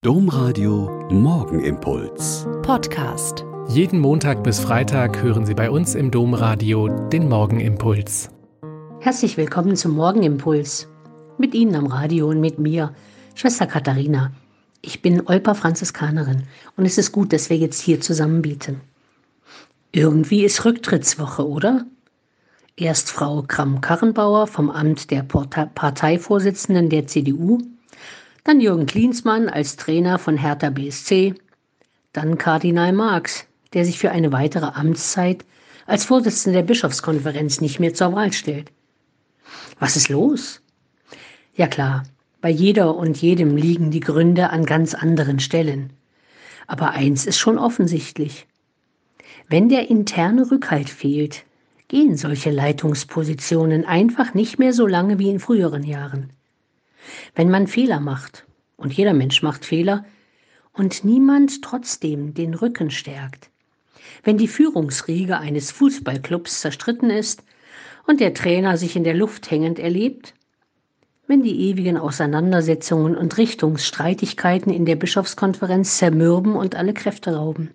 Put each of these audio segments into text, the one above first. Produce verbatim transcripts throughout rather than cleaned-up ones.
Domradio Morgenimpuls. Podcast. Jeden Montag bis Freitag hören Sie bei uns im Domradio den Morgenimpuls. Herzlich willkommen zum Morgenimpuls. Mit Ihnen am Radio und mit mir, Schwester Katharina. Ich bin Olper Franziskanerin und es ist gut, dass wir jetzt hier zusammen beten. Irgendwie ist Rücktrittswoche, oder? Erst Frau Kramp-Karrenbauer vom Amt der Parteivorsitzenden der C D U, dann Jürgen Klinsmann als Trainer von Hertha B S C, dann Kardinal Marx, der sich für eine weitere Amtszeit als Vorsitzender der Bischofskonferenz nicht mehr zur Wahl stellt. Was ist los? Ja klar, bei jeder und jedem liegen die Gründe an ganz anderen Stellen. Aber eins ist schon offensichtlich. Wenn der interne Rückhalt fehlt, gehen solche Leitungspositionen einfach nicht mehr so lange wie in früheren Jahren. Wenn man Fehler macht, und jeder Mensch macht Fehler, und niemand trotzdem den Rücken stärkt, wenn die Führungsriege eines Fußballclubs zerstritten ist und der Trainer sich in der Luft hängend erlebt, wenn die ewigen Auseinandersetzungen und Richtungsstreitigkeiten in der Bischofskonferenz zermürben und alle Kräfte rauben.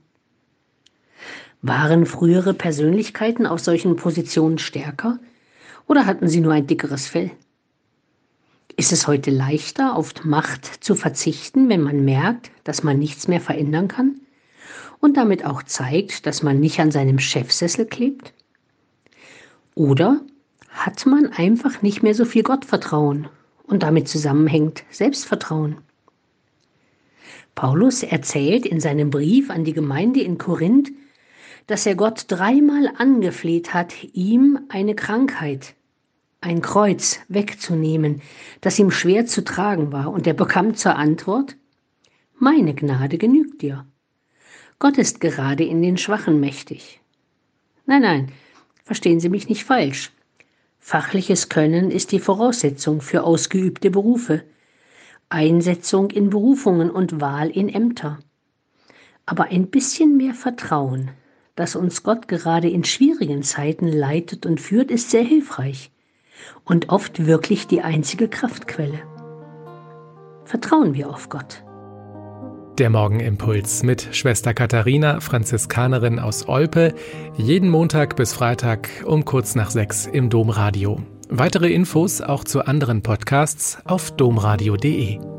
Waren frühere Persönlichkeiten auf solchen Positionen stärker oder hatten sie nur ein dickeres Fell? Ist es heute leichter, auf Macht zu verzichten, wenn man merkt, dass man nichts mehr verändern kann und damit auch zeigt, dass man nicht an seinem Chefsessel klebt? Oder hat man einfach nicht mehr so viel Gottvertrauen und damit zusammenhängt Selbstvertrauen? Paulus erzählt in seinem Brief an die Gemeinde in Korinth, dass er Gott dreimal angefleht hat, ihm eine Krankheit, ein Kreuz wegzunehmen, das ihm schwer zu tragen war, und er bekam zur Antwort: Meine Gnade genügt dir. Gott ist gerade in den Schwachen mächtig. Nein, nein, verstehen Sie mich nicht falsch. Fachliches Können ist die Voraussetzung für ausgeübte Berufe, Einsetzung in Berufungen und Wahl in Ämter. Aber ein bisschen mehr Vertrauen, dass uns Gott gerade in schwierigen Zeiten leitet und führt, ist sehr hilfreich und oft wirklich die einzige Kraftquelle. Vertrauen wir auf Gott. Der Morgenimpuls mit Schwester Katharina, Franziskanerin aus Olpe, jeden Montag bis Freitag um kurz nach sechs im Domradio. Weitere Infos auch zu anderen Podcasts auf domradio punkt de.